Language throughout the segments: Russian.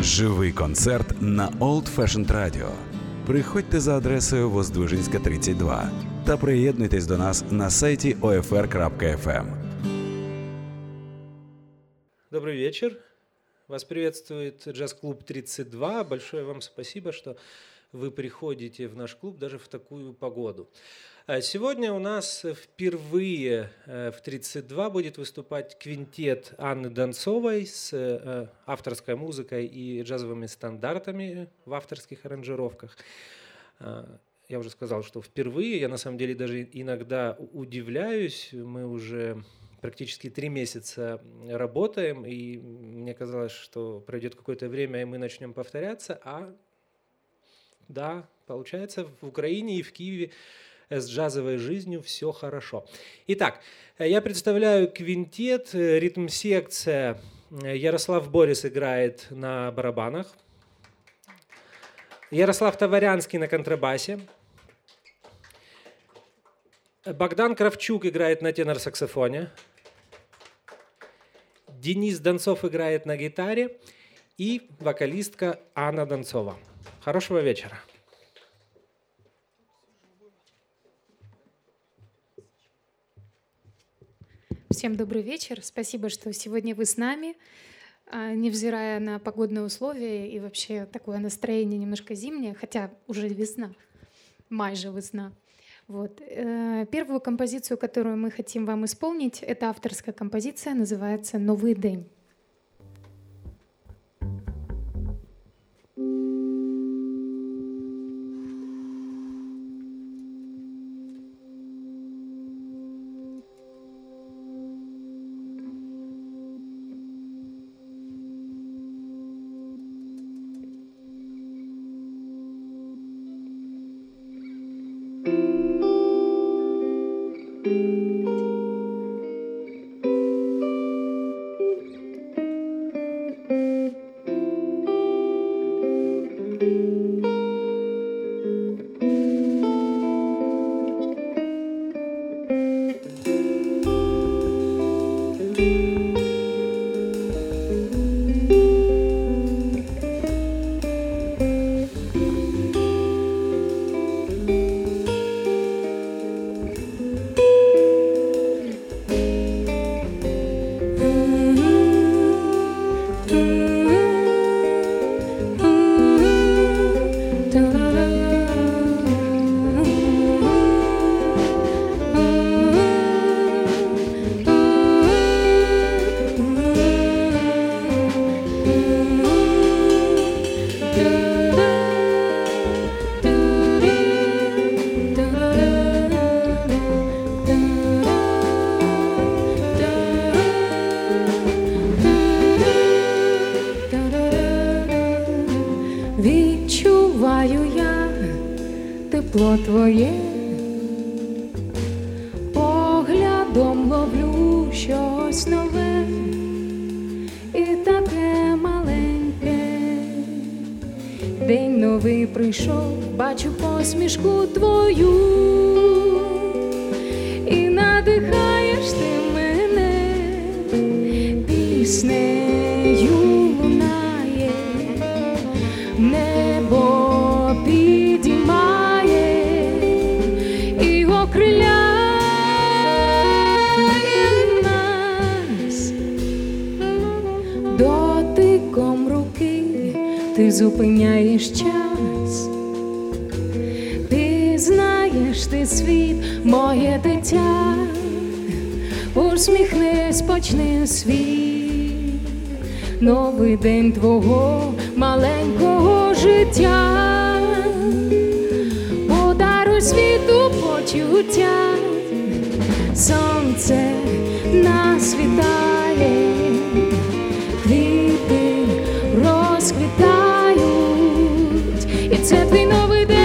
Живий концерт на Old Fashioned Radio. Приходьте за адресою Воздвижинська, 32 та приєднуйтесь до нас на сайті OFR.FM. Добрый вечер. Вас приветствует джаз-клуб 32. Большое вам спасибо, что вы приходите в наш клуб даже в такую погоду. Сегодня у нас впервые в 32 будет выступать квинтет Анны Донцовой с авторской музыкой и джазовыми стандартами в авторских аранжировках. Я уже сказал, что впервые. Я на самом деле даже иногда удивляюсь. Мы уже практически 3 месяца работаем, и мне казалось, что пройдет какое-то время, и мы начнем повторяться. А да, получается, в Украине и в Киеве с джазовой жизнью все хорошо. Итак, я представляю квинтет, ритм-секция. Ярослав Борис играет на барабанах. Ярослав Товарянский на контрабасе. Богдан Кравчук играет на тенор-саксофоне. Денис Донцов играет на гитаре. И вокалистка Анна Донцова. Хорошего вечера. Всем добрый вечер. Спасибо, что сегодня вы с нами, невзирая на погодные условия и вообще такое настроение немножко зимнее, хотя уже весна, майже весна. Вот. Первую композицию, которую мы хотим вам исполнить, это авторская композиция, называется «Новый день». Тепло твоє, поглядом ловлю щось нове і таке маленьке. День новий прийшов, бачу посмішку твою, і надихаєш ти мене, піснею лунає, небо ти зупиняєш час, ти знаєш ти світ, моє дитя, усміхнись, почни світ, новий день твого маленького життя, подаруй світу почуття, сонце нас вітає, квіти розквітають. І це твій новий день.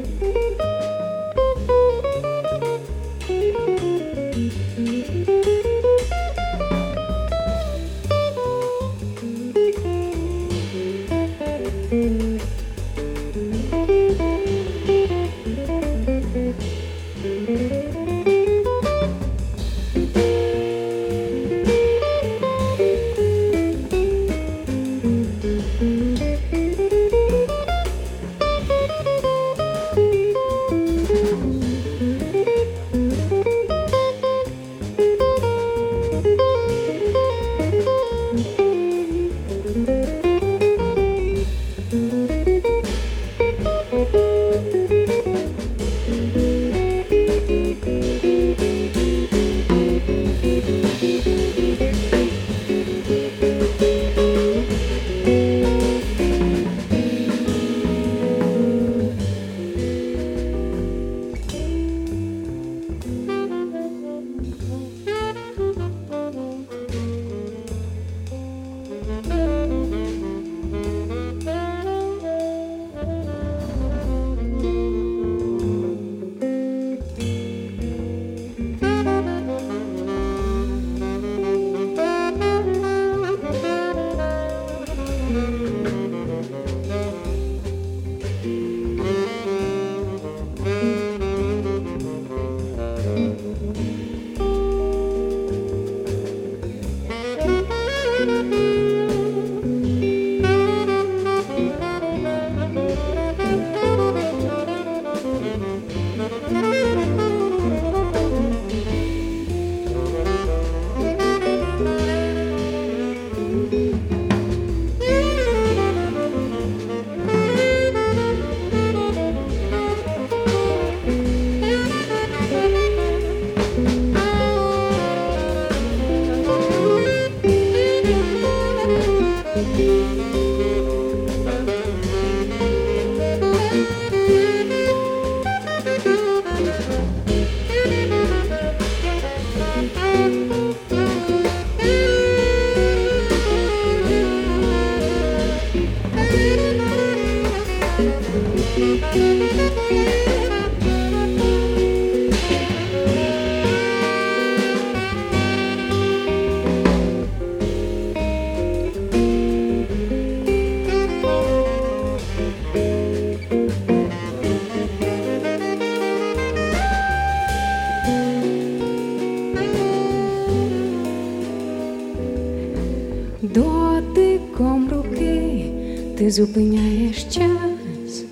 Дотиком руки ти зупиняєш час,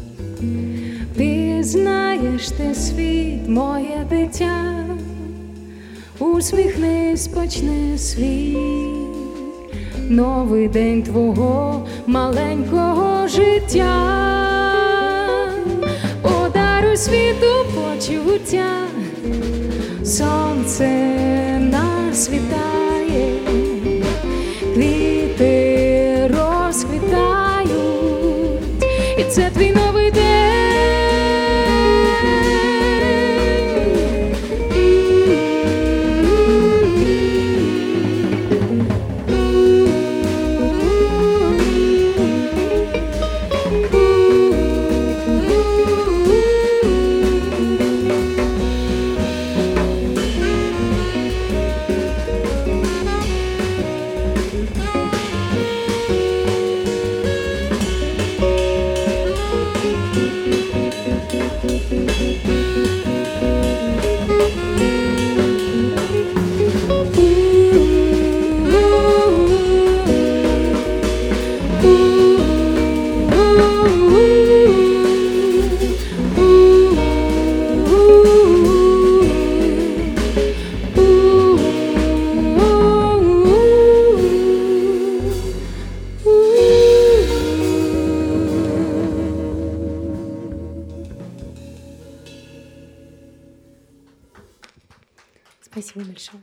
пізнаєш ти світ, моє дитя, усміхнись, почни свій новий день твого маленького життя, подаруй світу почуття, сонце нас вітає, квіти розквітають, і це твій новий день. Спасибо большое.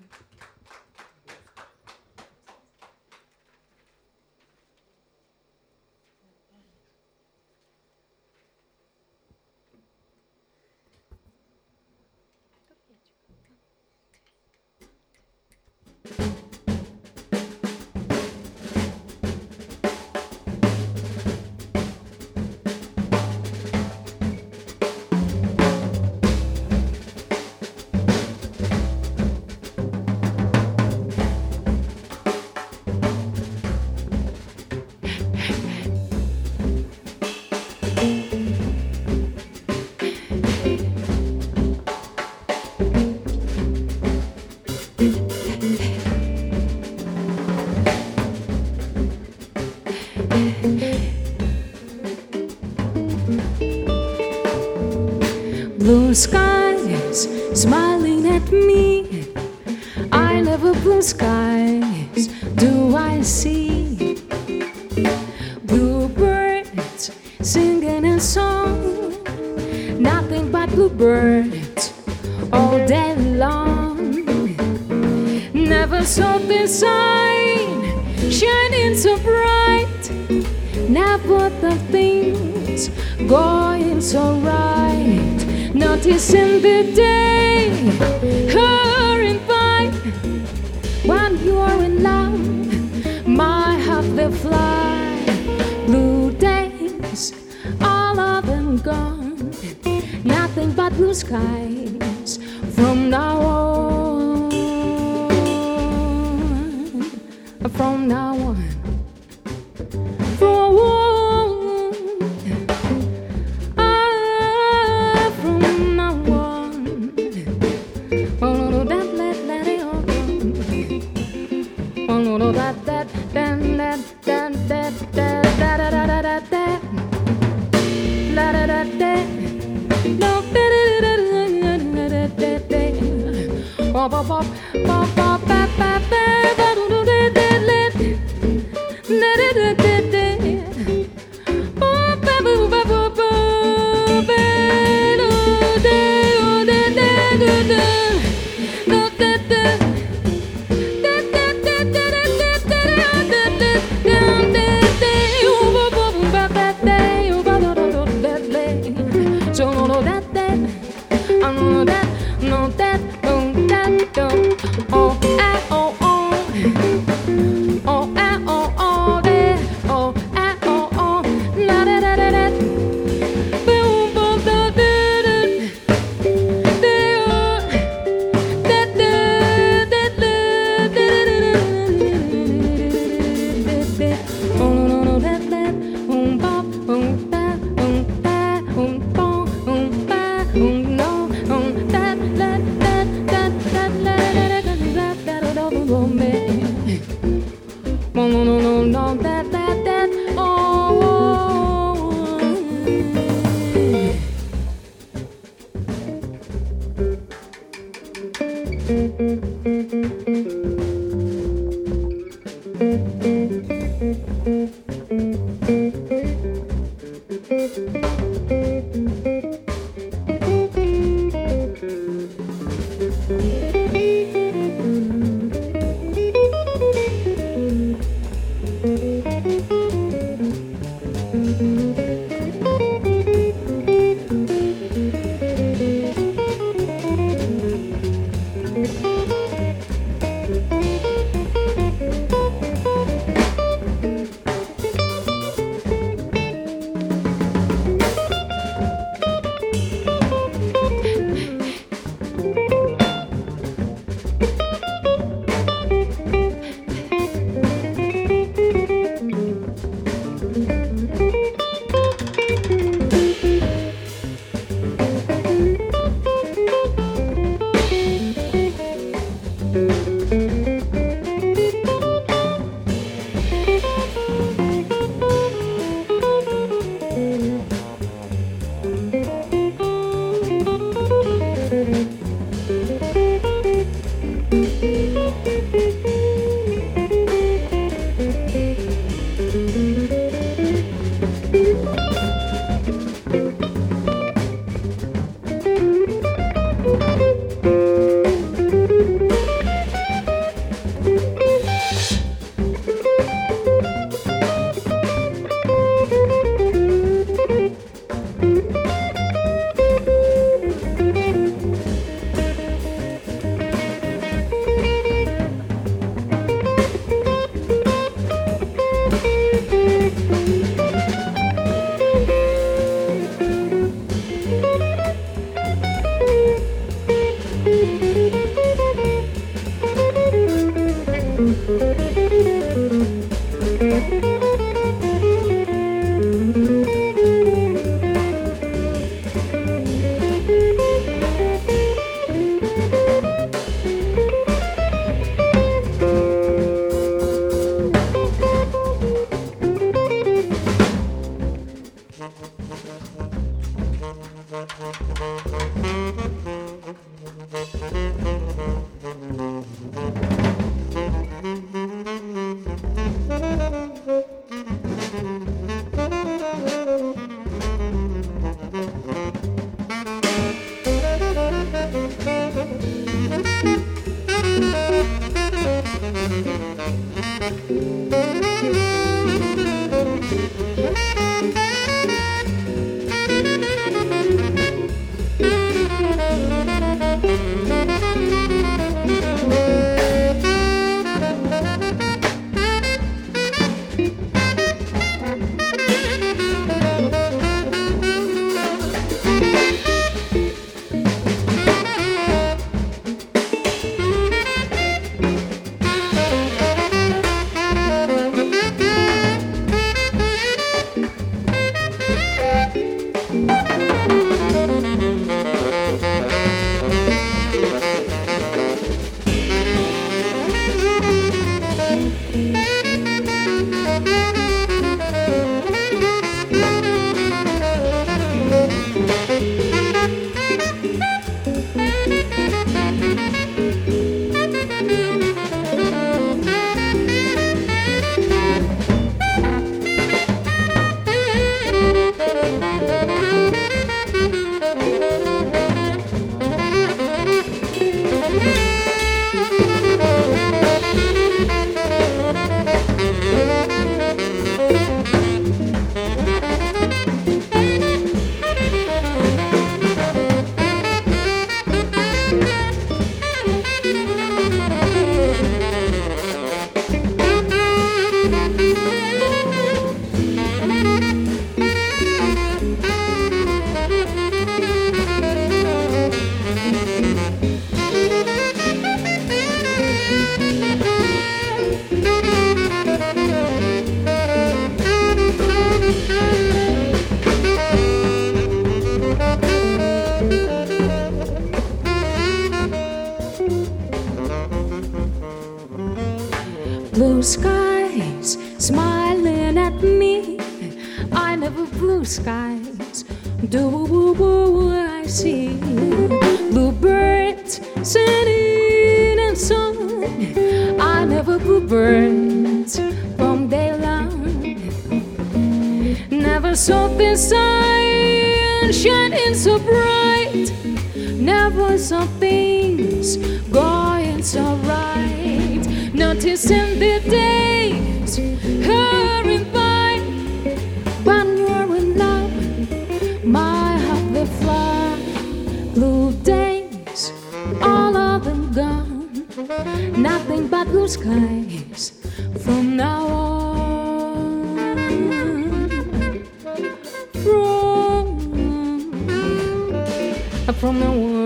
blue skies smiling at me. I never blue skies do I see. Bluebirds singing a song, nothing but bluebirds all day long. Never saw the sun shining so bright, never the things going so right. Noticing the day hurrying by, when you're in love, my heart will fly. Blue days, all of them gone, nothing but blue skies from now on. From now on. From now on. Oh no, that let it on. Oh no, that la da da da. No, pop pop pop pop pop pop pop. Let Blue skies smiling at me. I never blue skies do I see. Bluebirds singing and song. I never bluebirds from daylight. Never saw the sun shining so bright. Never saw things going so right. Noticing the days hurrying by. When you're in love, my heart will fly. Blue days, all of them gone. Nothing but blue skies from now on. From now on.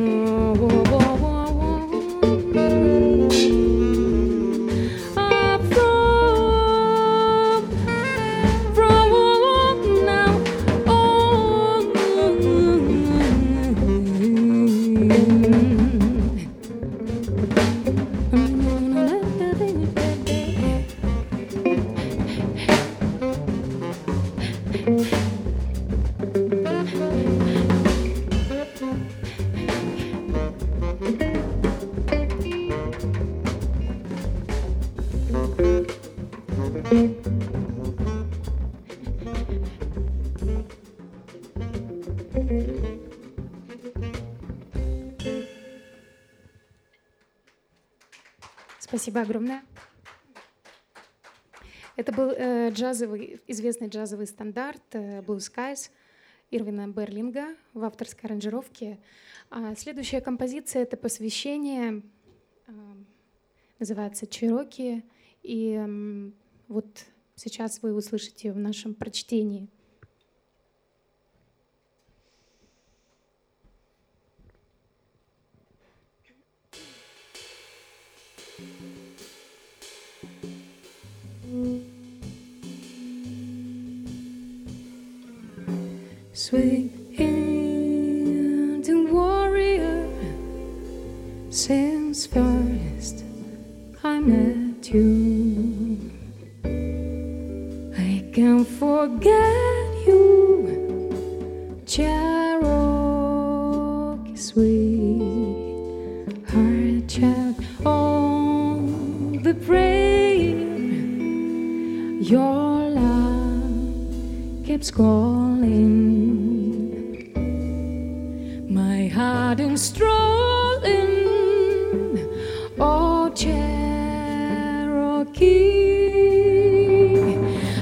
Спасибо огромное. Это был известный джазовый стандарт Blue Skies Ирвина Берлинга в авторской аранжировке. Следующая композиция — это посвящение, называется «Чероки», и вот сейчас вы услышите в нашем прочтении. Sweet Indian warrior, since first I met you, I can't forget you, Cherokee. sweetheart child. Oh, the prayer your love keeps calling. My heart is strolling, oh Cherokee,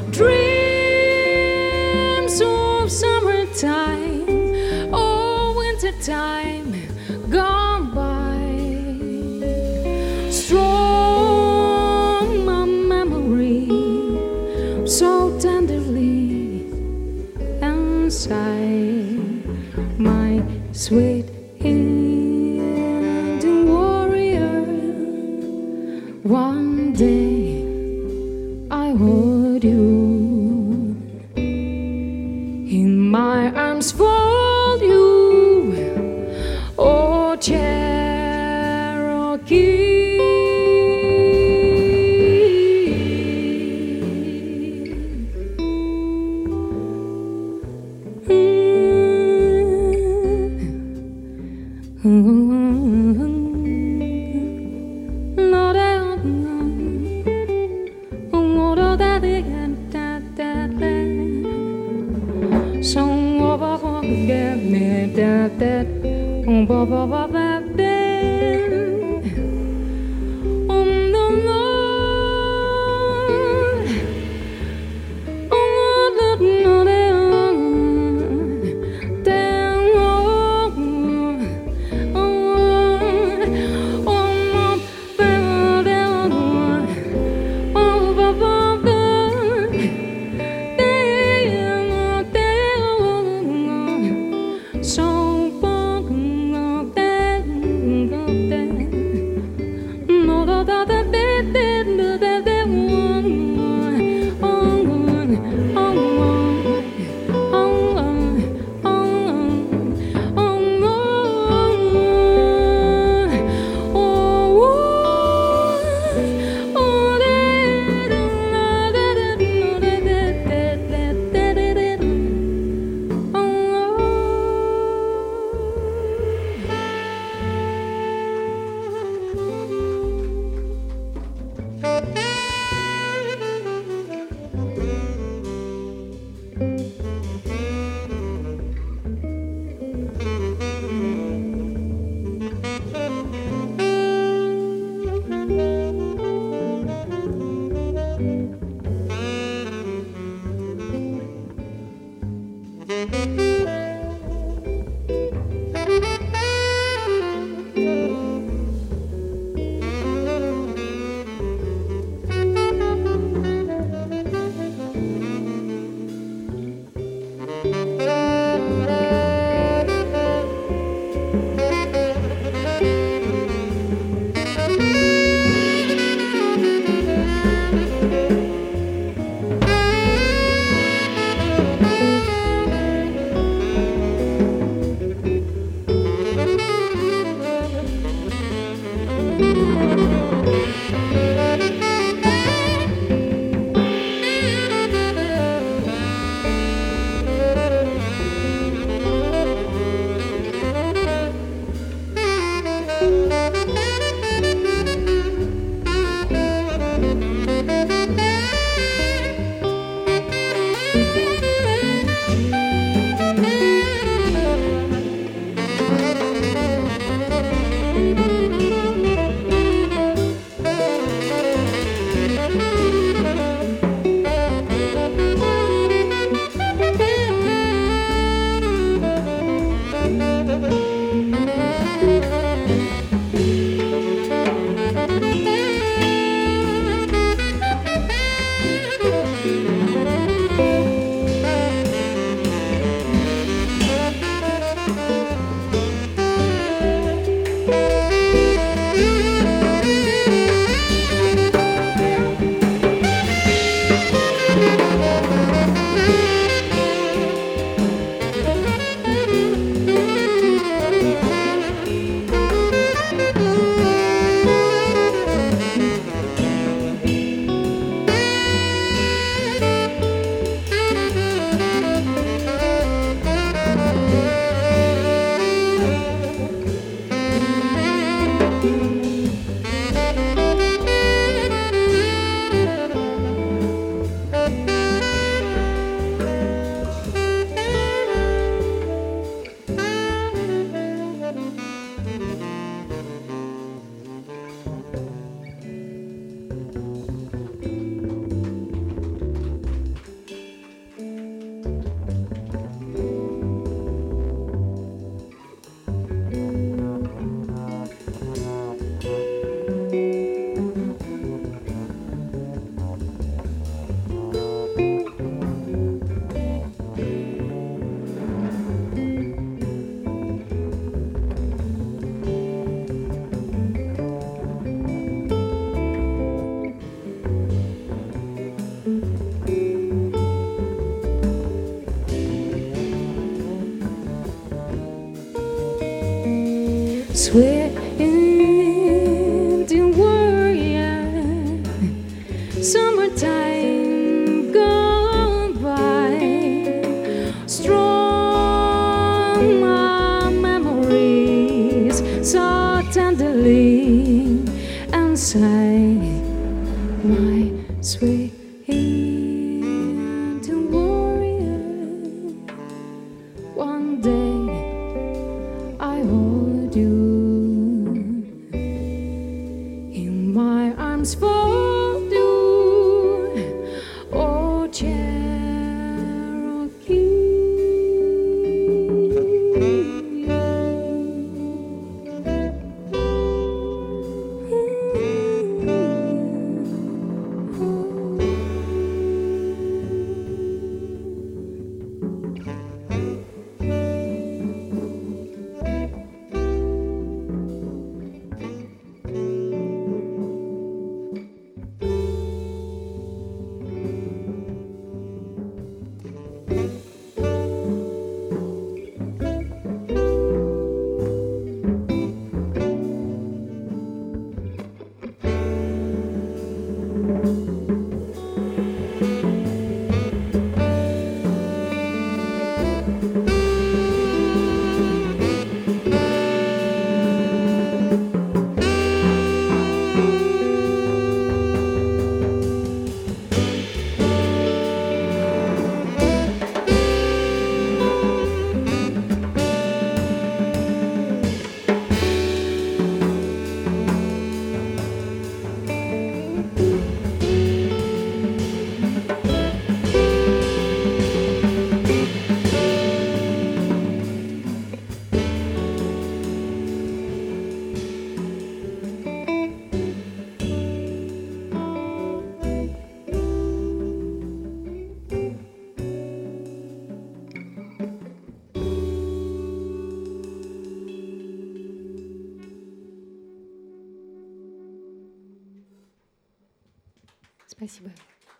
dreams of summertime, oh wintertime gone by, strong my memory so tenderly inside my sweet Indian warrior. One day I hold you in my arms, fold you, oh Cherokee. sweet Indian warrior. Summertime gone by, strong my memories, so tenderly and sigh, my sweet Indian warrior. One day I hold you in my arms, fold you, oh Спасибо.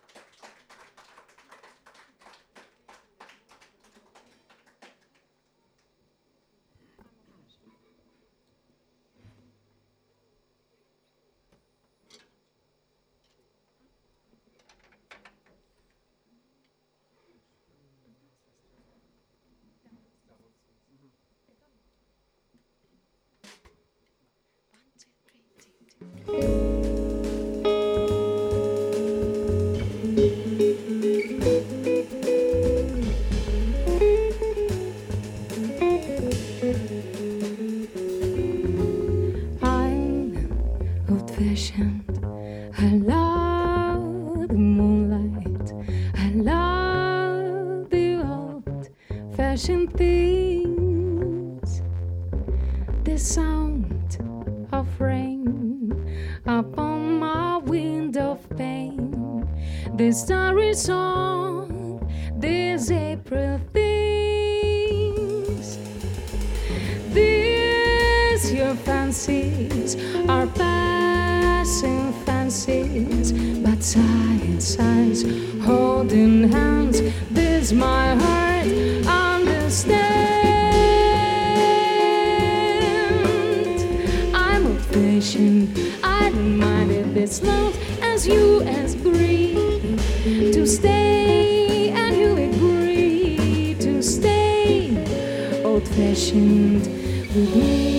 old-fashioned. I love the moonlight. I love the old-fashioned things. The sound of rain upon my window pane. The starry song, these April things. These your fancies are passing fancies, but sighs holding hands. This my heart understand. I'm old-fashioned. I don't mind if it's long as you agree to stay, and you agree to stay old-fashioned with me.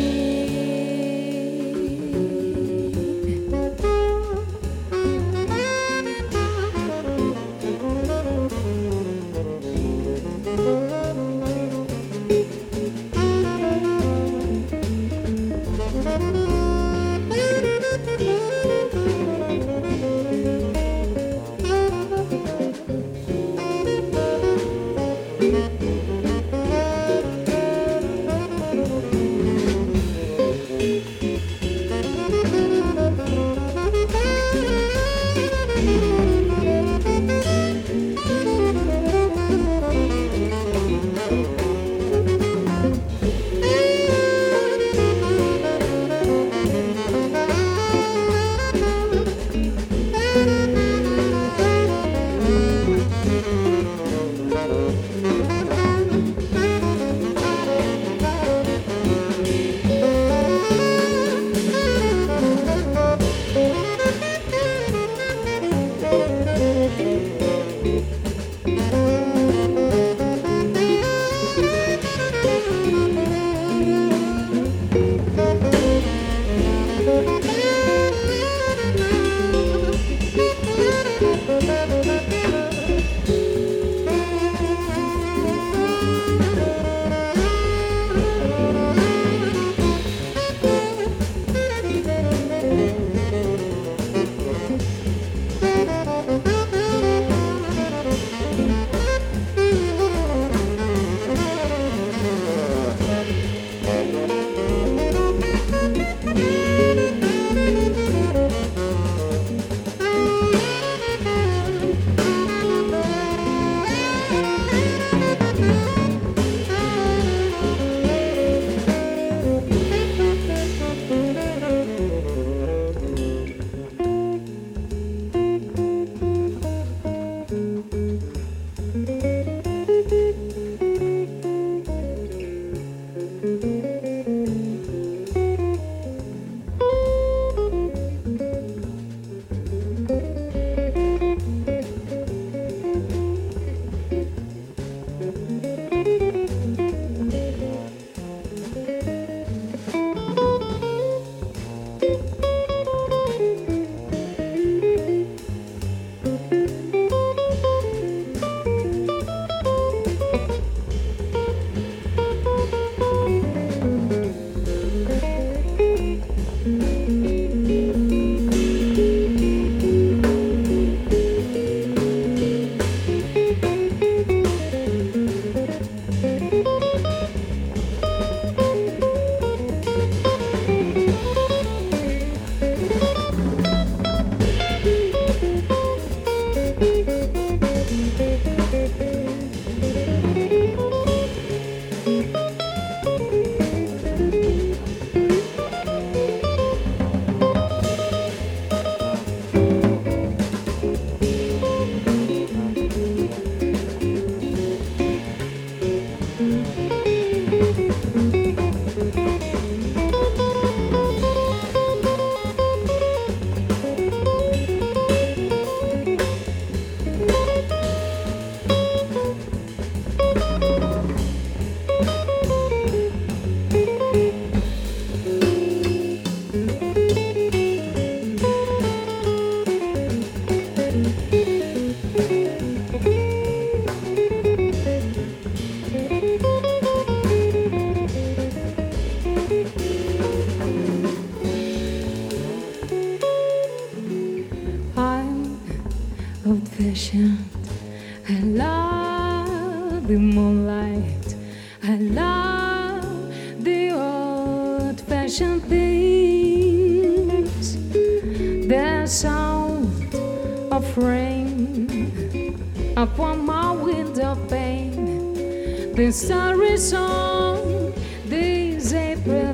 old-fashioned. I love the moonlight. I love the old-fashioned things. The sound of rain upon my window pane. The starry song, these April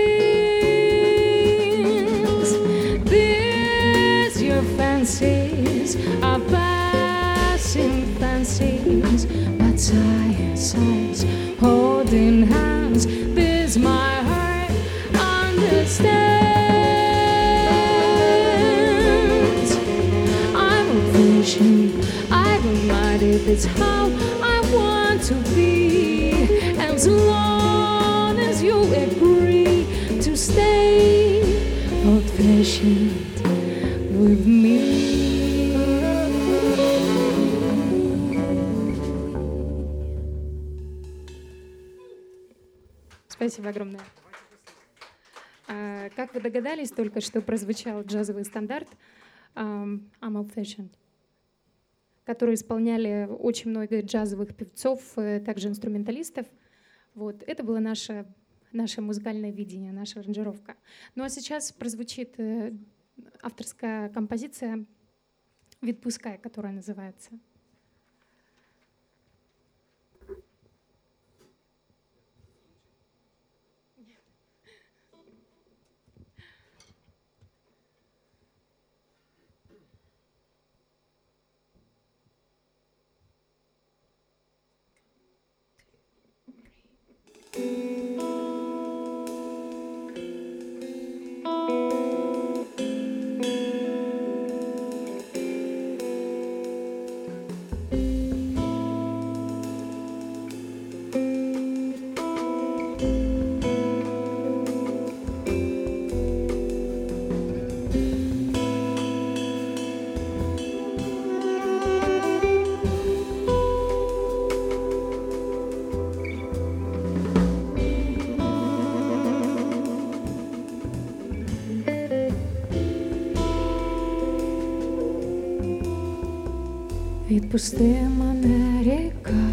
things. These your fancies are passing fancies, but sighs holding hands. This my heart understands. I'm old-fashioned. I don't mind if it's how I want to be, as long as you agree to stay old-fashioned with me. Спасибо огромное. Как вы догадались, только что прозвучал джазовый стандарт «I'm old-fashioned», который исполняли очень много джазовых певцов, также инструменталистов. Вот. Это было наше музыкальное видение, наша аранжировка. Ну а сейчас прозвучит авторская композиция «Відпускай», которая называется. Відпусти мене, ріка,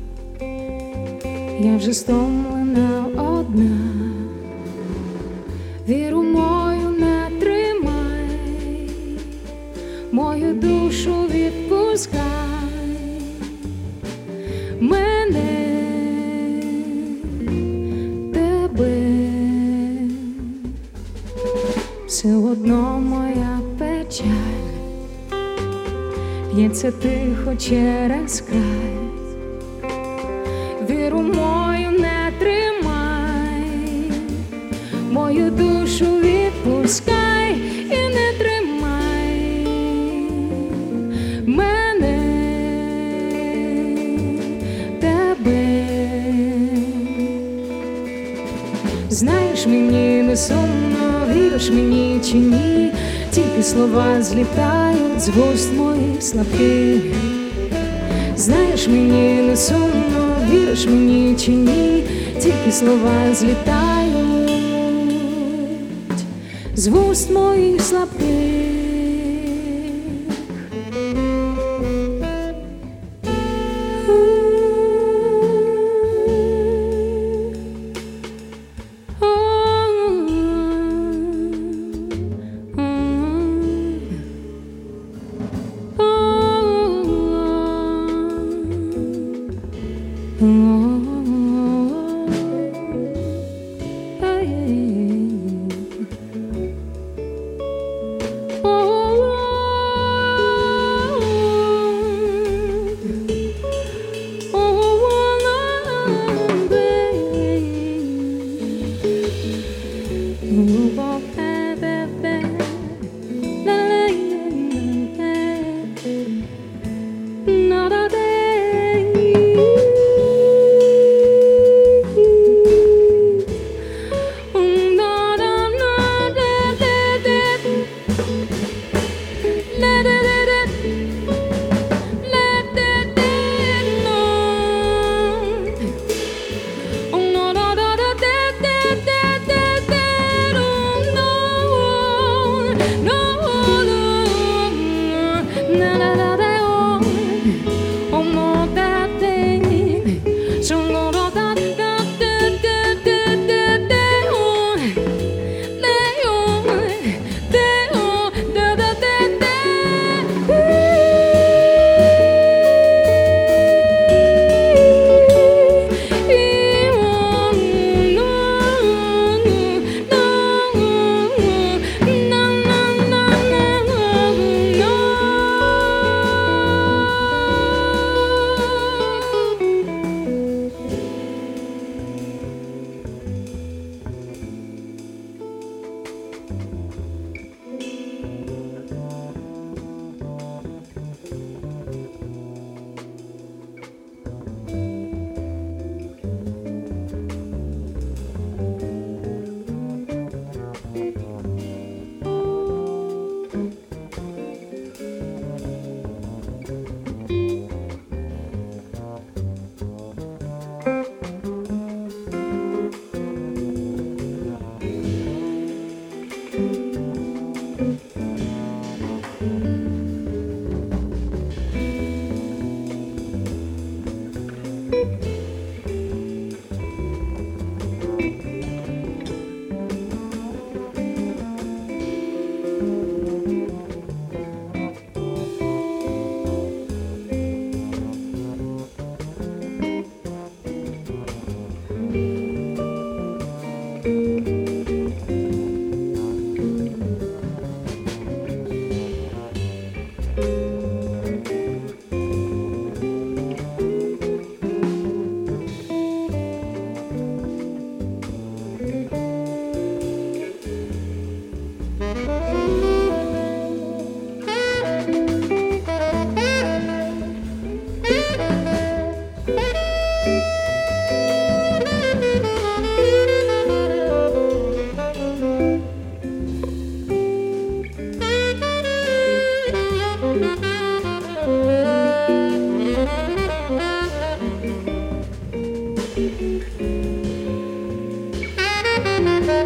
я вже стомлена одна. Віру мою не тримай, мою душу відпускай. Мене, тебе, все одно моя печаль б'ється тихо через край. Віру мою не тримай, мою душу відпускай і не тримай мене, тебе. Знаєш, мені не сумно, віриш мені чи ні, тільки слова злітають з вуст моїх слабких. Знаєш, мені не сумно, віриш мені чи ні, тільки слова злітають з вуст моїх слабких.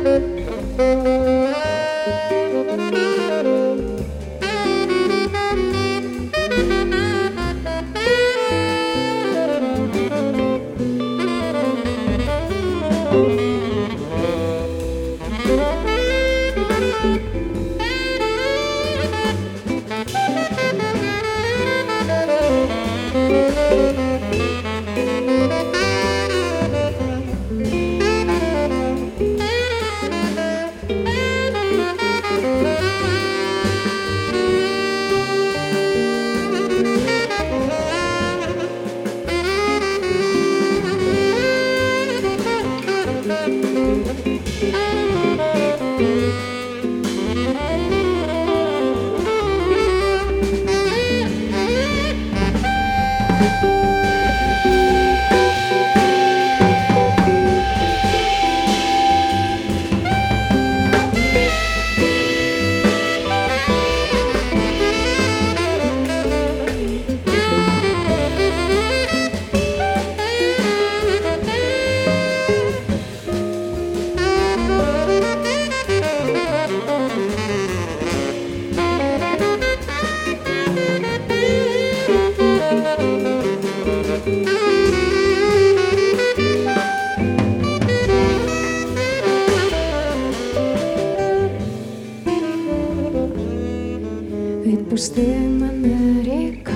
Відпусти мене, ріка,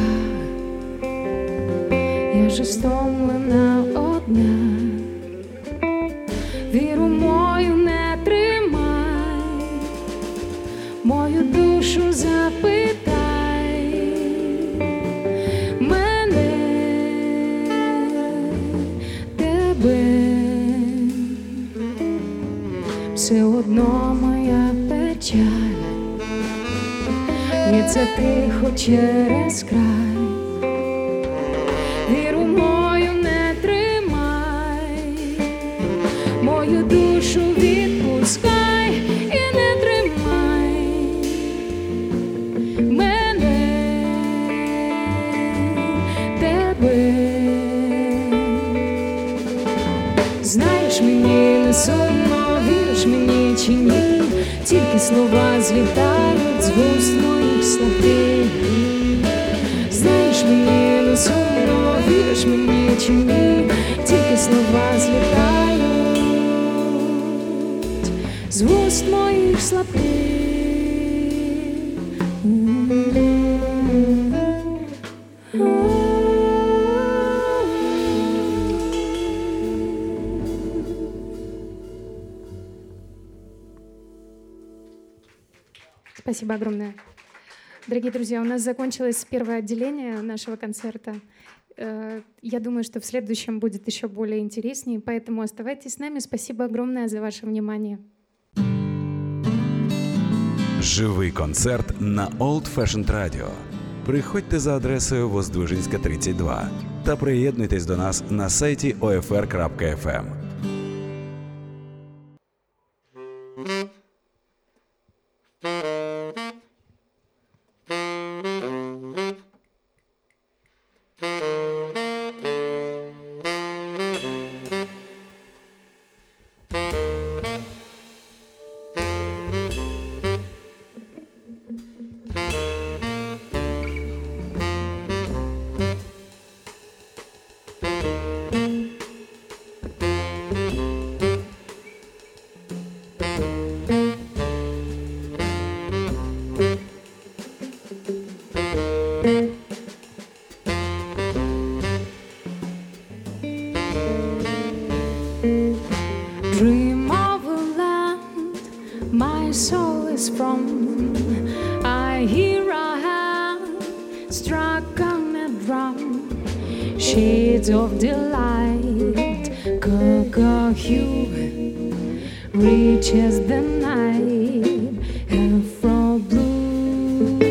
я вже стомлена одна, віру мою не тримай, мою душу запитай мене, тебе, все одно моя печаль. Це тихо через край, віру мою не тримай, мою душу відпускай і не тримай мене, тебе. Знаєш, мені не сумно, віриш мені чи ні, тільки слова злітають з вуст моїх слабких. Знаєш, мені не сумно, віриш мені чи ні, тільки слова злітають з вуст моїх слабких. Спасибо огромное. Дорогие друзья, у нас закончилось первое отделение нашего концерта. Я думаю, что в следующем будет еще более интереснее, поэтому оставайтесь с нами. Спасибо огромное за ваше внимание. Живий концерт на Old Fashioned Radio. Приходьте за адресою Воздвижинська, 32 та приєднуйтесь до нас на сайті OFR.FM. Dream of a land my soul is from. I hear a hand struck on a drum. Shades of delight, cocoa hue reaches the night. Afro blue.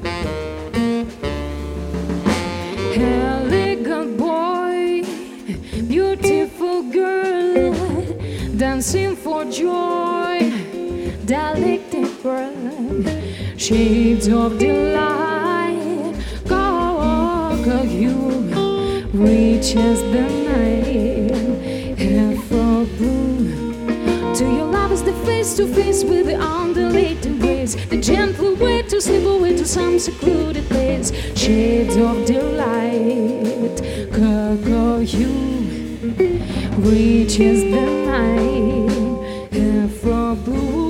Elegant boy beautiful girl, dancing for joy, dialectic world, shades of delight, go you reaches the night, Afro blue. To your love is the face to face with the undulating waves, the gentle way to slip away to some secluded place, shades of delight, go you reaches the night, Afro blue.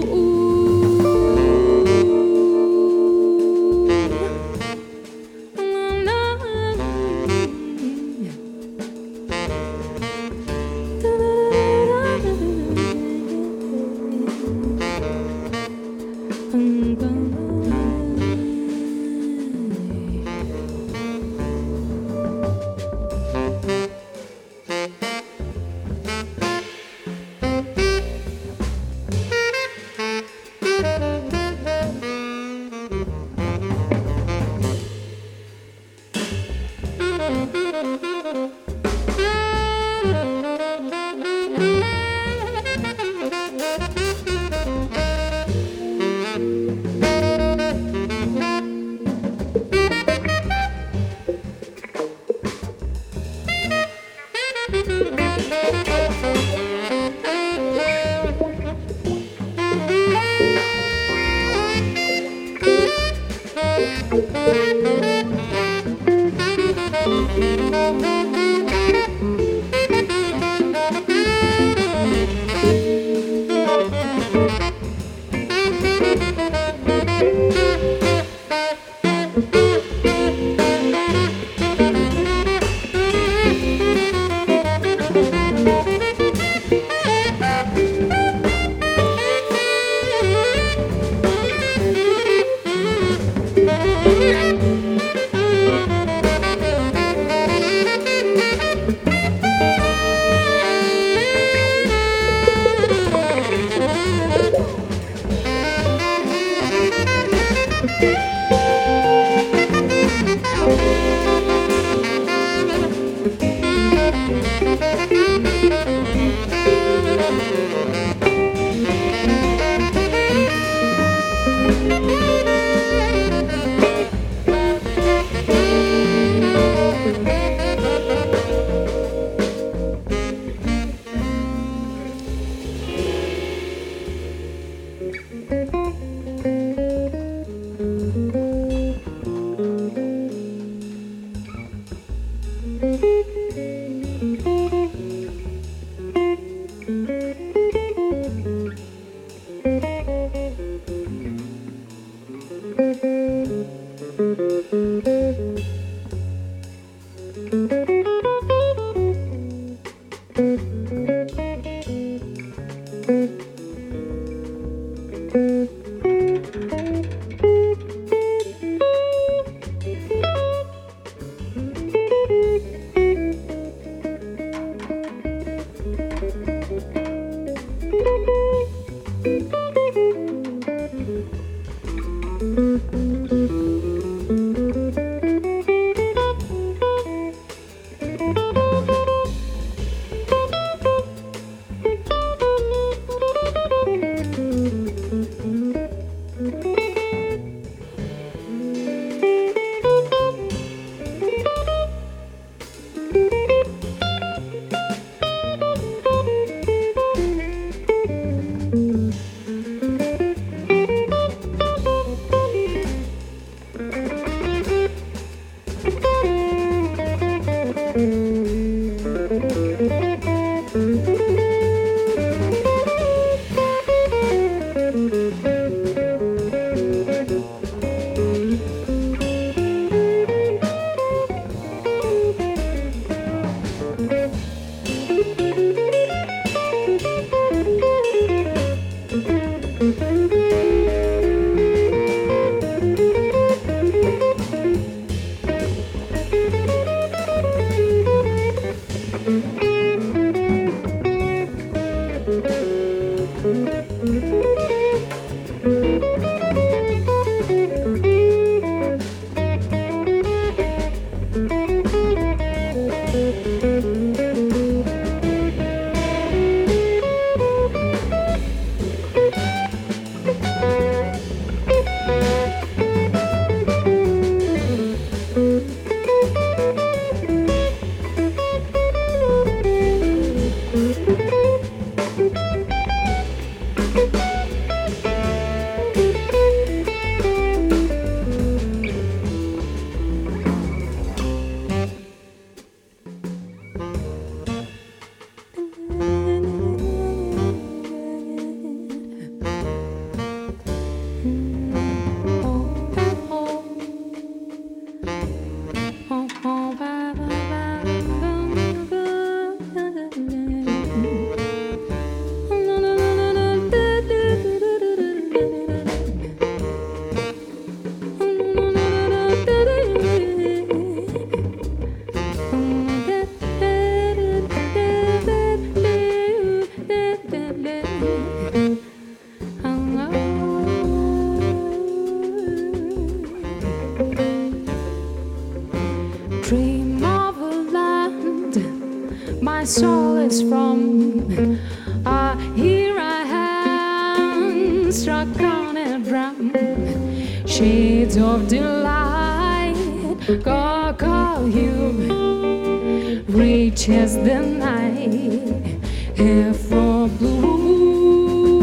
solace from. Here I am, struck on a drum. Shades of delight, call you. Reaches the night, Afro blue,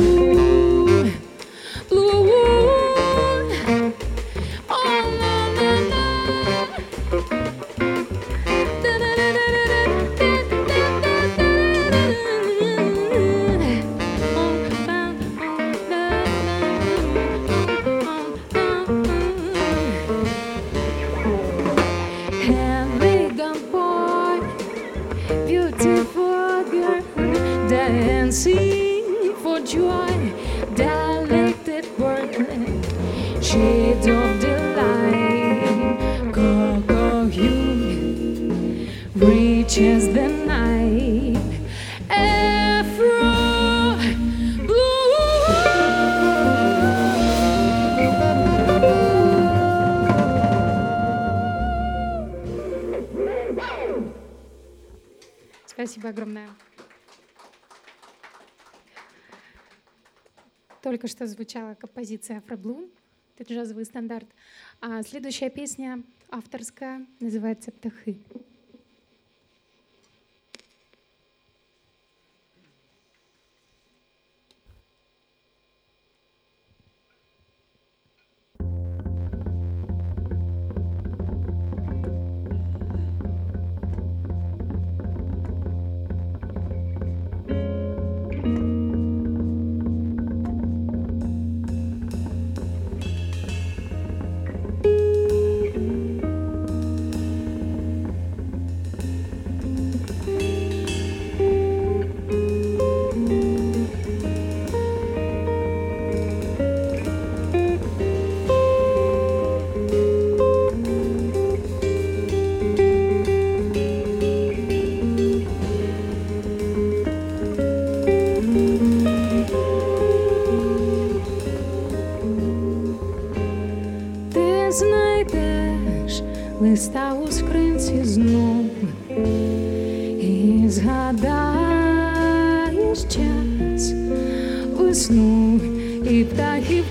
blue. Oh, na, na, na. Da, da, da, da, da, beautiful girl, dancing for joy, dilated world, shade of delight, call you, reaches the night, Afro blue. Спасибо огромное. Только что звучала композиция «Афроблум», это джазовый стандарт. А следующая песня авторская, называется «Птахи». Знайдеш листа у скринці знов і згадаєш час, весну і птахів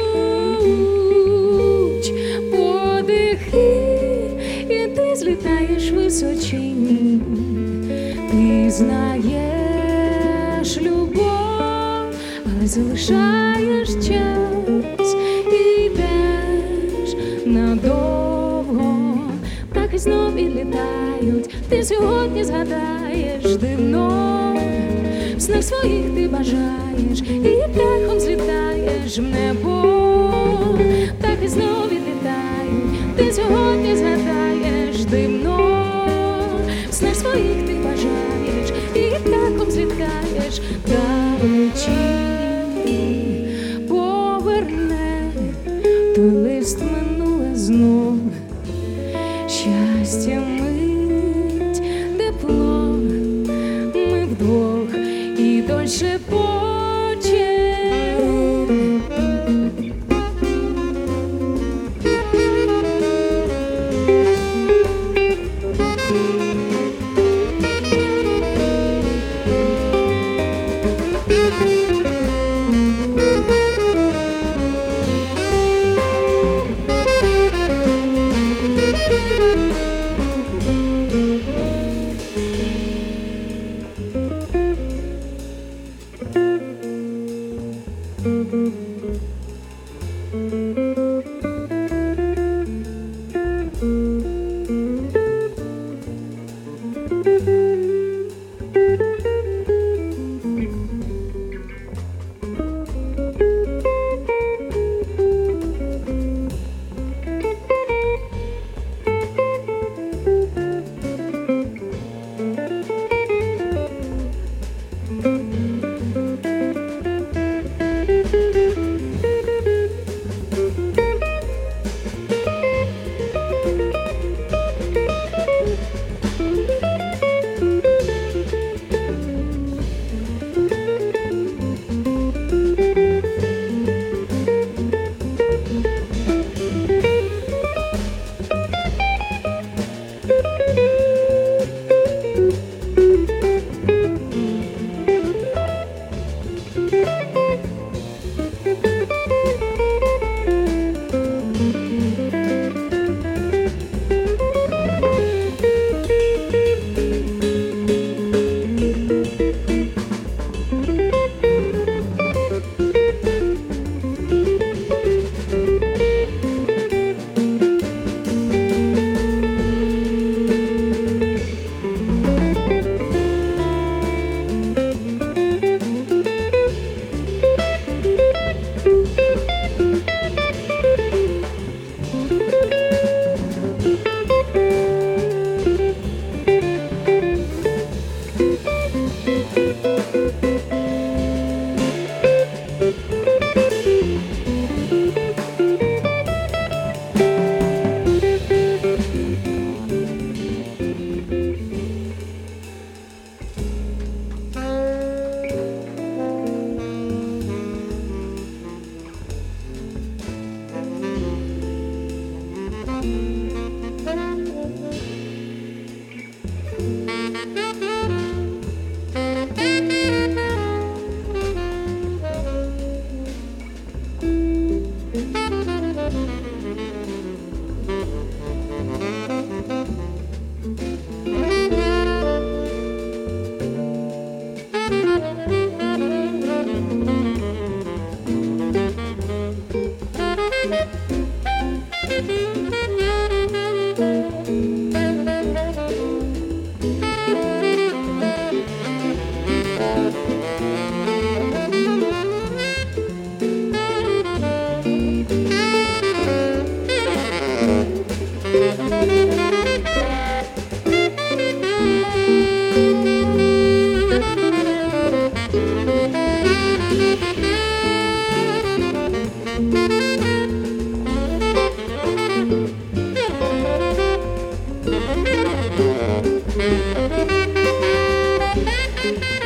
ключ, подихи, і ти злітаєш височинь, ти знаєш любов, але залишаєш час і йдеш надовго, птахи знов і літають, ти сьогодні згадаєш дивно, в снах своїх ти бажаєш, і птахом злітаєш в небо, птахи знов і літають, ти сьогодні згадаєш дивно, в снах своїх ти бажаєш, і птахом злітаєш далечінь. Поверне той лист минуле знов, щастя мить, тепло, ми вдвох і дольше поче.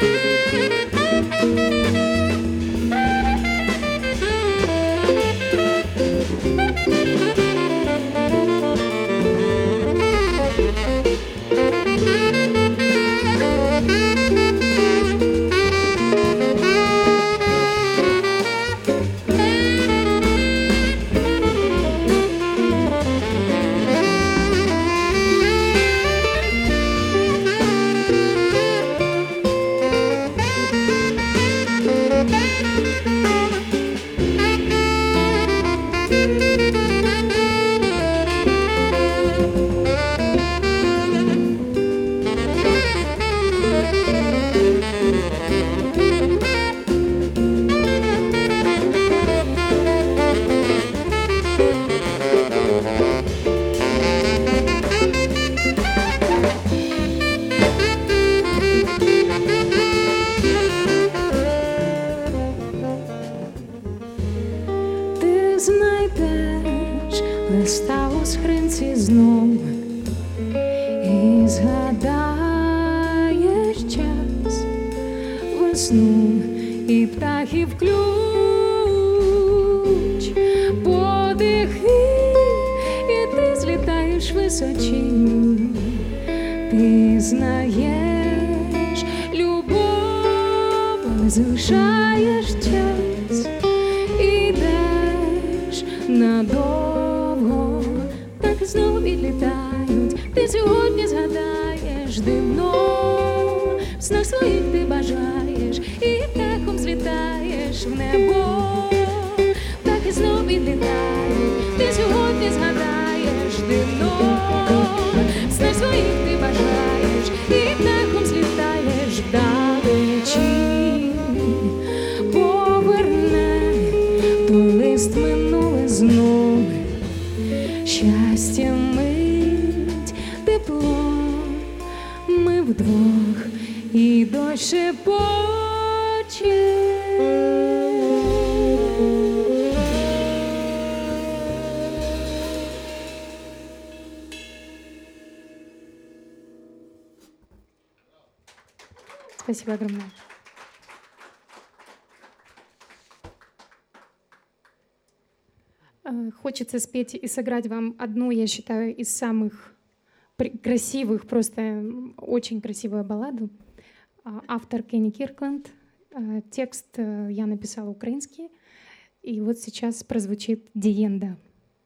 листа у скринці знов і згадаєш час, весну і птахів ключ, подих і ти злітаєш височінь, ти знаєш любов, але залишаєш час, ідеш надовго, так і знову відлітають. Ти сьогодні згадаєш дивно, в снах своїх ти бажаєш і птахом злітаєш в небо, так і знову відлітають. Ти сьогодні згадаєш дивно, в снах своїх ти бажаєш і птахом злітаєш вдалечінь. Поверне той лист минуле знов, щастя, мить, тепло, ми вдвох і дощ шепоче. Спасибо огромное. Хочется спеть и сыграть вам одну, я считаю, из самых красивых, просто очень красивую балладу. Автор Кенни Киркленд. Текст я написала украинский. И вот сейчас прозвучит «Диенда».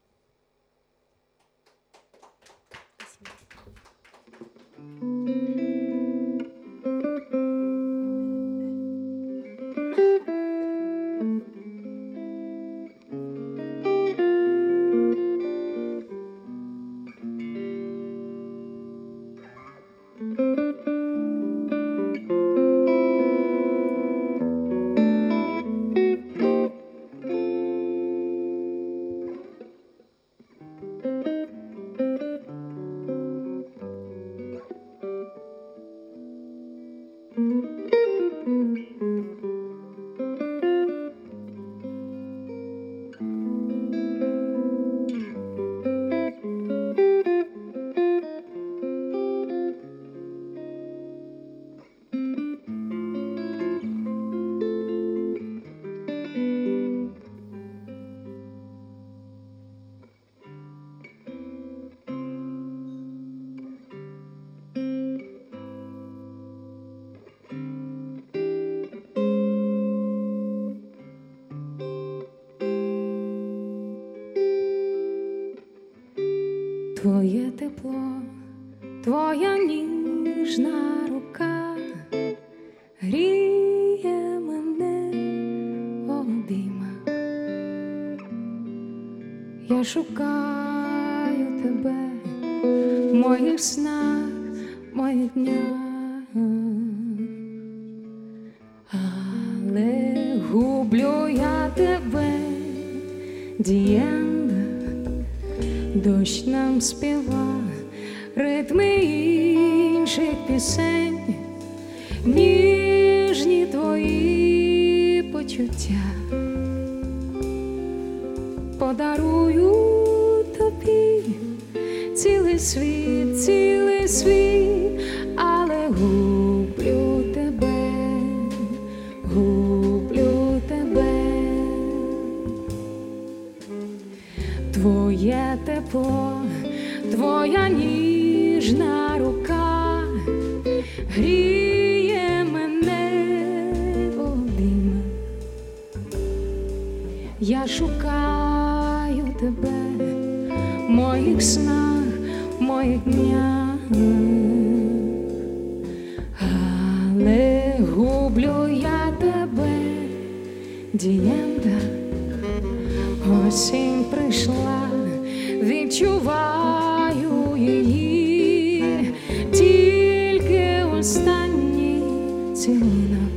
Твоє тепло, твоя ніжна рука гріє мене в обіймах. Я шукаю тебе в моїх снах, в моїх днях, але гублю я тебе, Дієнда. Дощ нам співа ритми інших пісень, ніжні твої почуття. Подарую тобі цілий світ, але гублю тебе, тепло, твоя ніжна рука гріє мене в обіймах. Я шукаю тебе в моїх снах, в моїх днях, але гублю я тебе, дієнта. Осінь прийшла, відчуваю її, тільки останній цілунок.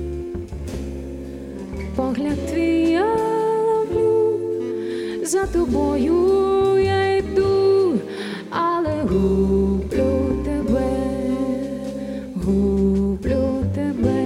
Погляд твій я ловлю, за тобою я йду, але гублю тебе, гублю тебе.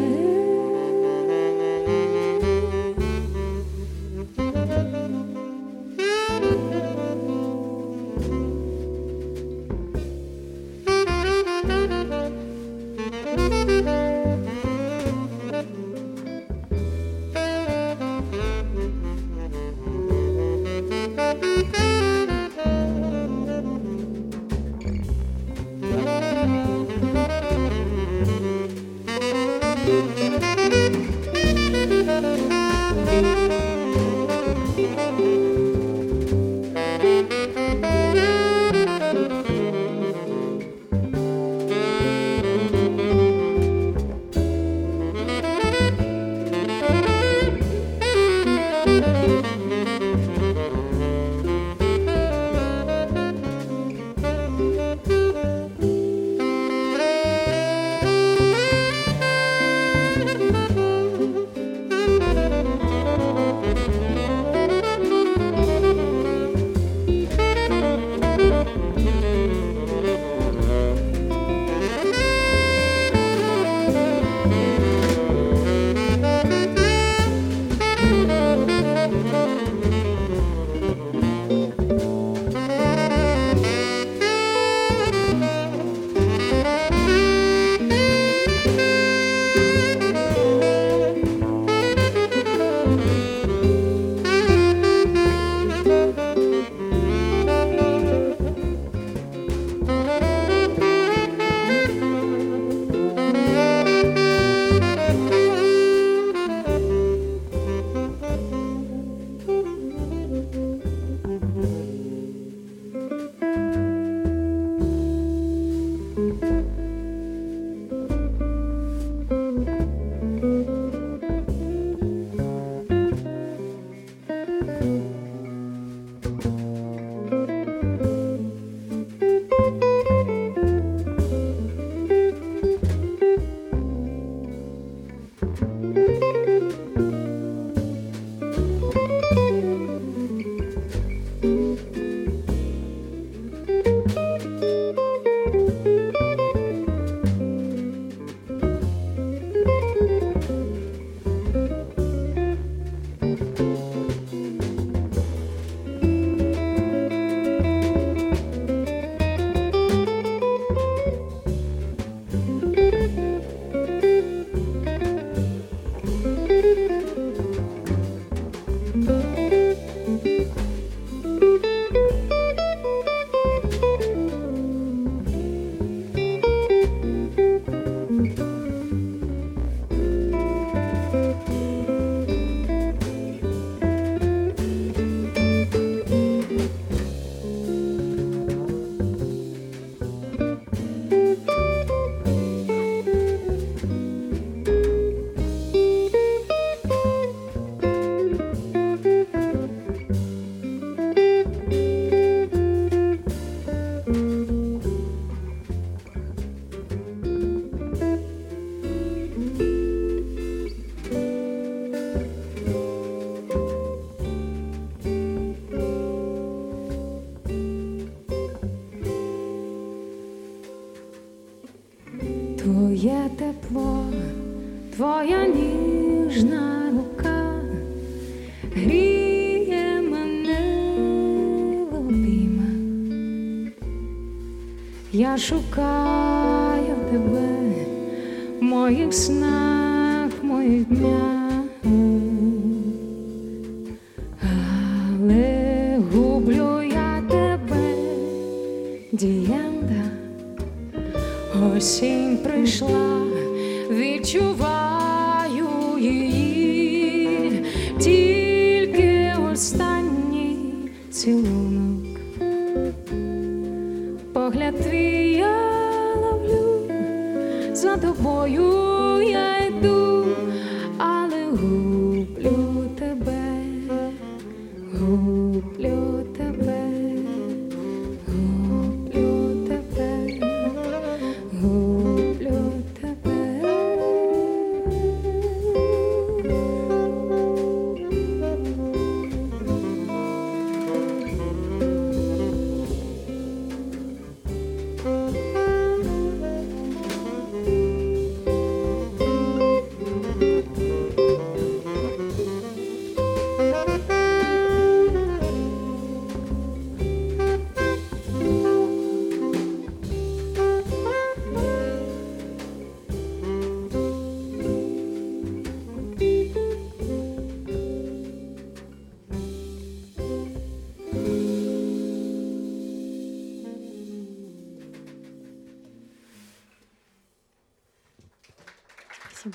Твоє тепло, твоя ніжна рука гріє мене в обіймах. Я шукаю тебе в моїх снах, в моїх днях, але гублю я тебе, відчуваю її, тільки останній цілунок. Погляд твій я ловлю, за тобою я йду, але гублю тебе, гублю тебе, гублю тебе, гублю тебе. Спасибо.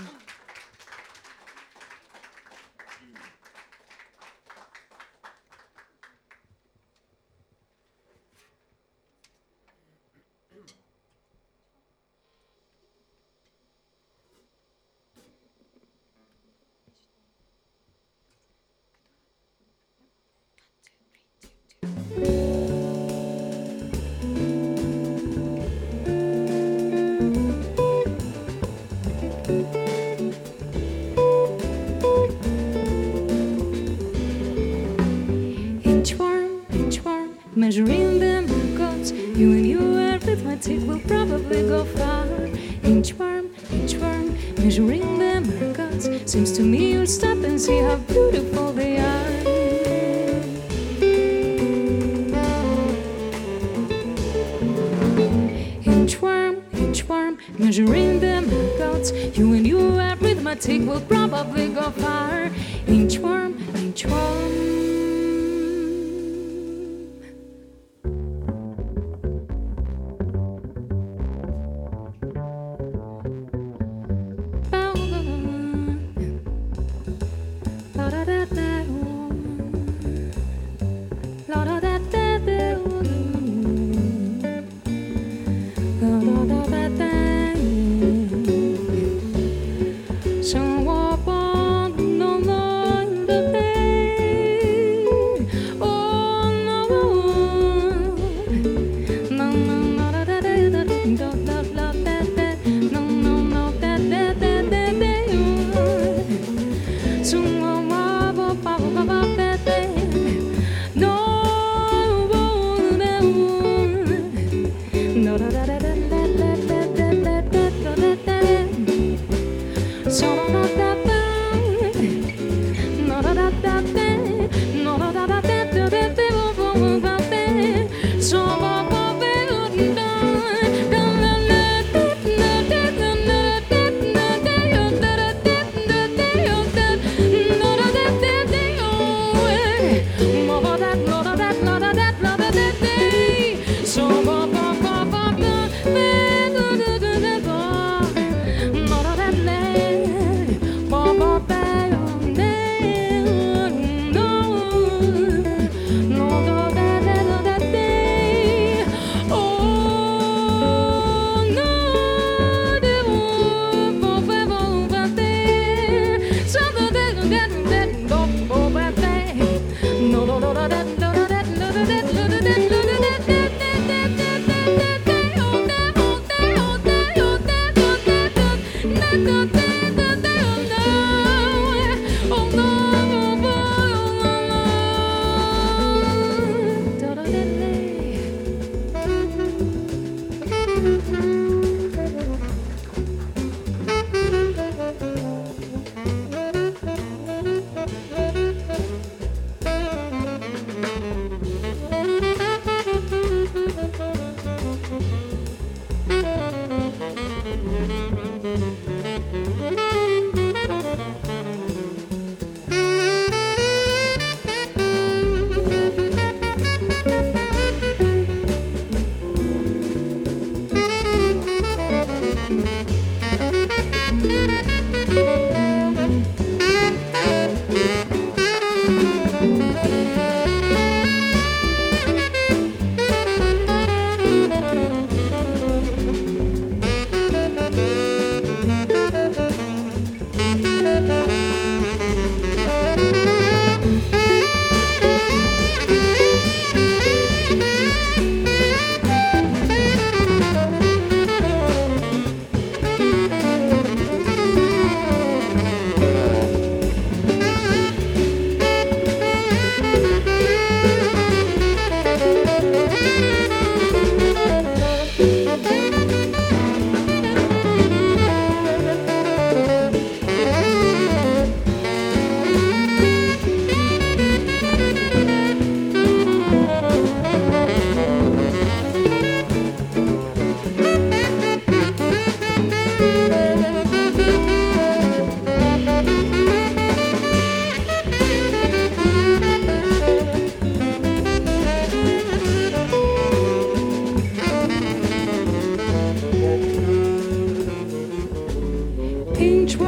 Measuring the miracles, you and your arithmetic will probably go far. Inch worm, measuring the miracles. Seems to me you'll stop and see how beautiful they are. Inch worm, measuring the miracles. You and your arithmetic will probably go far. Inch worm.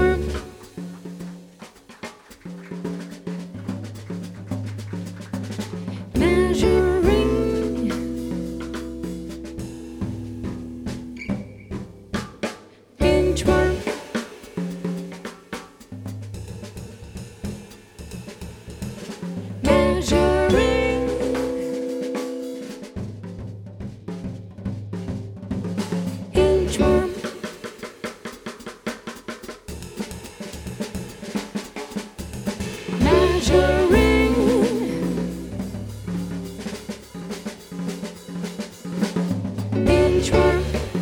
Inchworm. Measuring. Inchworm. Measuring. Inchworm. Measuring. Inchworm.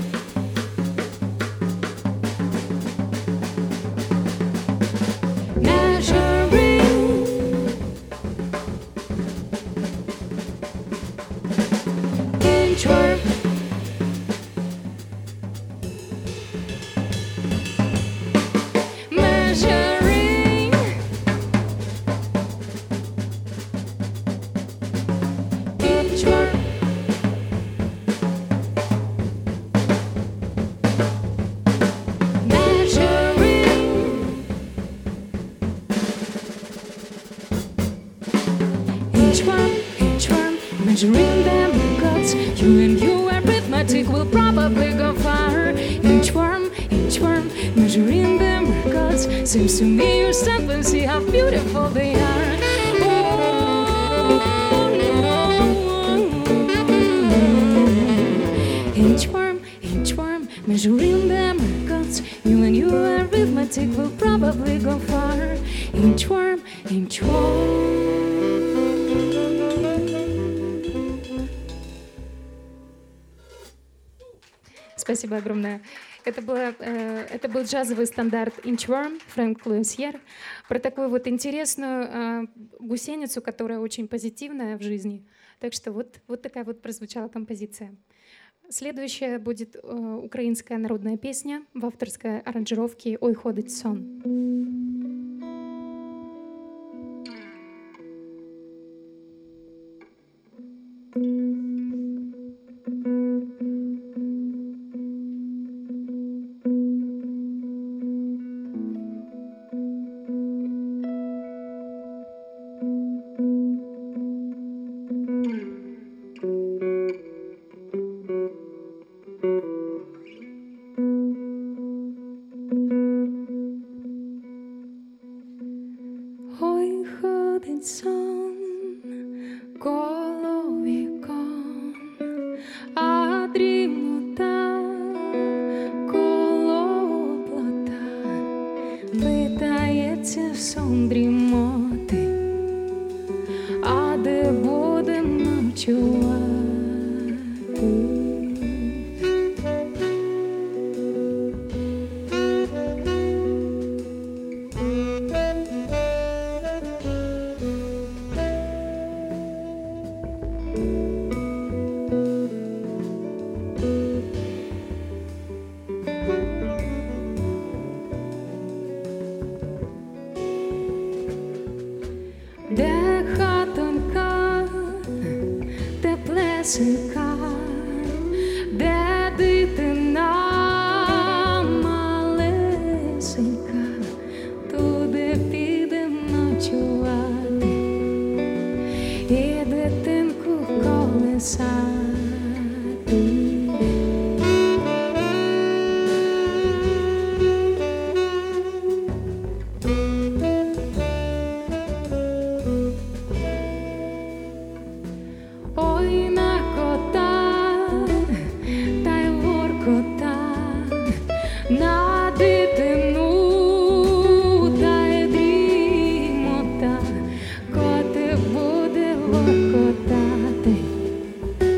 Measuring. Inchworm. Measuring. Inchworm. Measuring. Inchworm, measuring them records. You and your arithmetic will probably go far. Inchworm, measuring them records. Seems to me you stand and see how beautiful they are. Inchworm, measuring them records. You and your arithmetic will probably go far. Inchworm. Спасибо огромное. Это был джазовый стандарт Inchworm, Фрэнк Луисьер, про такую вот интересную гусеницу, которая очень позитивная в жизни. Так что вот такая вот прозвучала композиция. Следующая будет украинская народная песня в авторской аранжировке «Ой, ходить сон». Ой, ходить сон коло вікон, а дрімота коло плота питається в сон дрімоти, а де будем ночувати? Де хатонька, теплесенька, де дитина малесенька, туди підем ночувати і дитинку колесати. Ой, на кота, та й воркота, на дитину, та й дрімота, котик буде воркотати,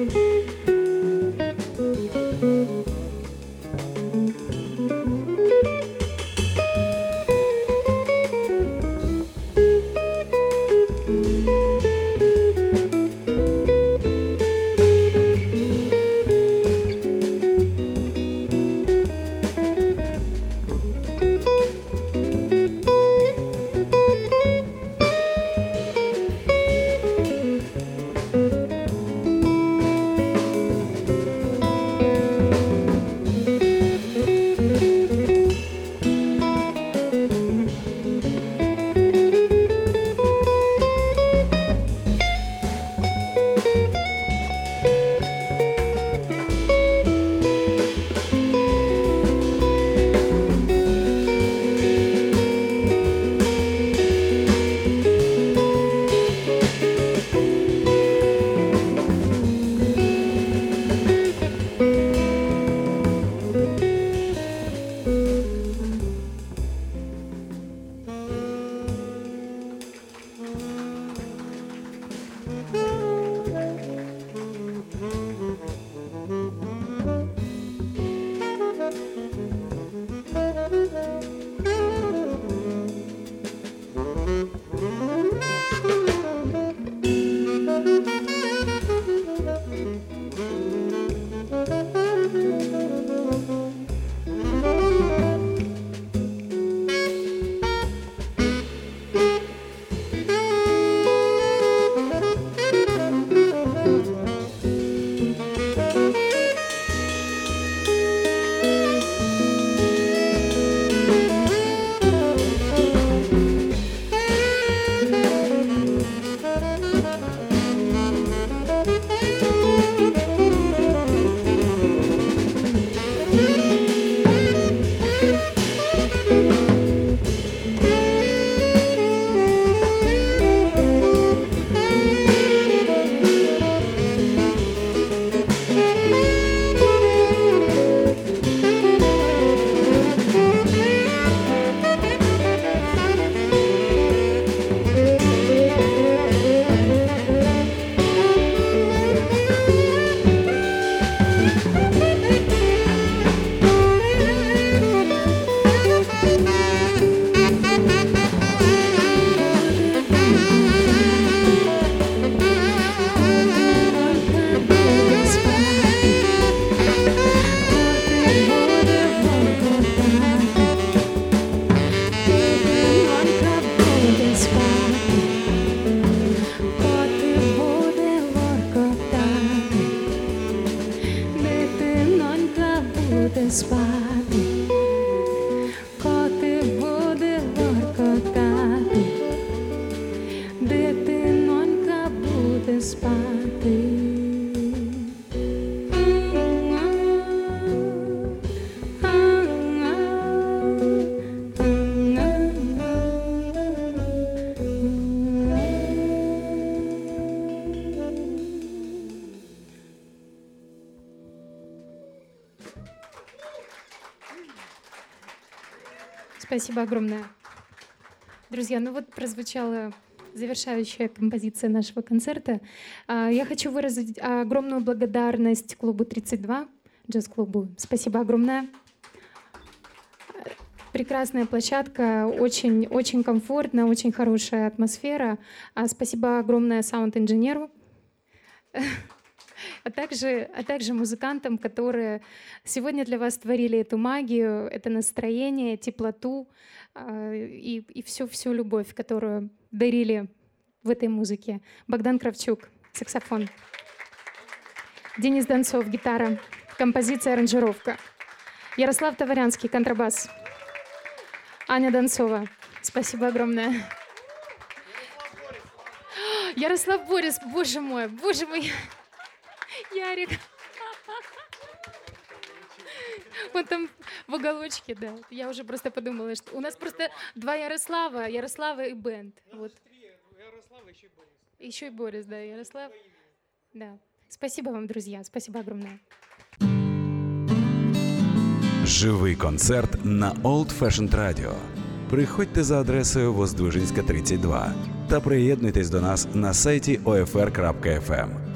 спати, коти буде воркотати, дитинонька буде спати. Спасибо огромное. Друзья, ну вот прозвучала завершающая композиция нашего концерта. Я хочу выразить огромную благодарность клубу 32, джаз-клубу. Спасибо огромное. Прекрасная площадка, очень, очень комфортно, очень хорошая атмосфера. Спасибо огромное саунд-инженеру, а также музыкантам, которые сегодня для вас творили эту магию, это настроение, теплоту и всю любовь, которую дарили в этой музыке. Богдан Кравчук, саксофон. Денис Донцов, гитара, композиция, аранжировка. Ярослав Таварянский, контрабас. Аня Донцова, спасибо огромное. Ярослав Борис, боже мой, Ярик. Вот там в уголочке, да. Я уже просто подумала, что у нас просто два Ярослава и бенд. Вот. Ярослава, еще и Борис. Еще и Борис, да, Ярослав. Да. Спасибо вам, друзья, спасибо огромное. Живий концерт на Old Fashioned Radio. Приходьте за адресою Воздвиженська, 32 та приєднуйтесь до нас на сайті OFR.FM.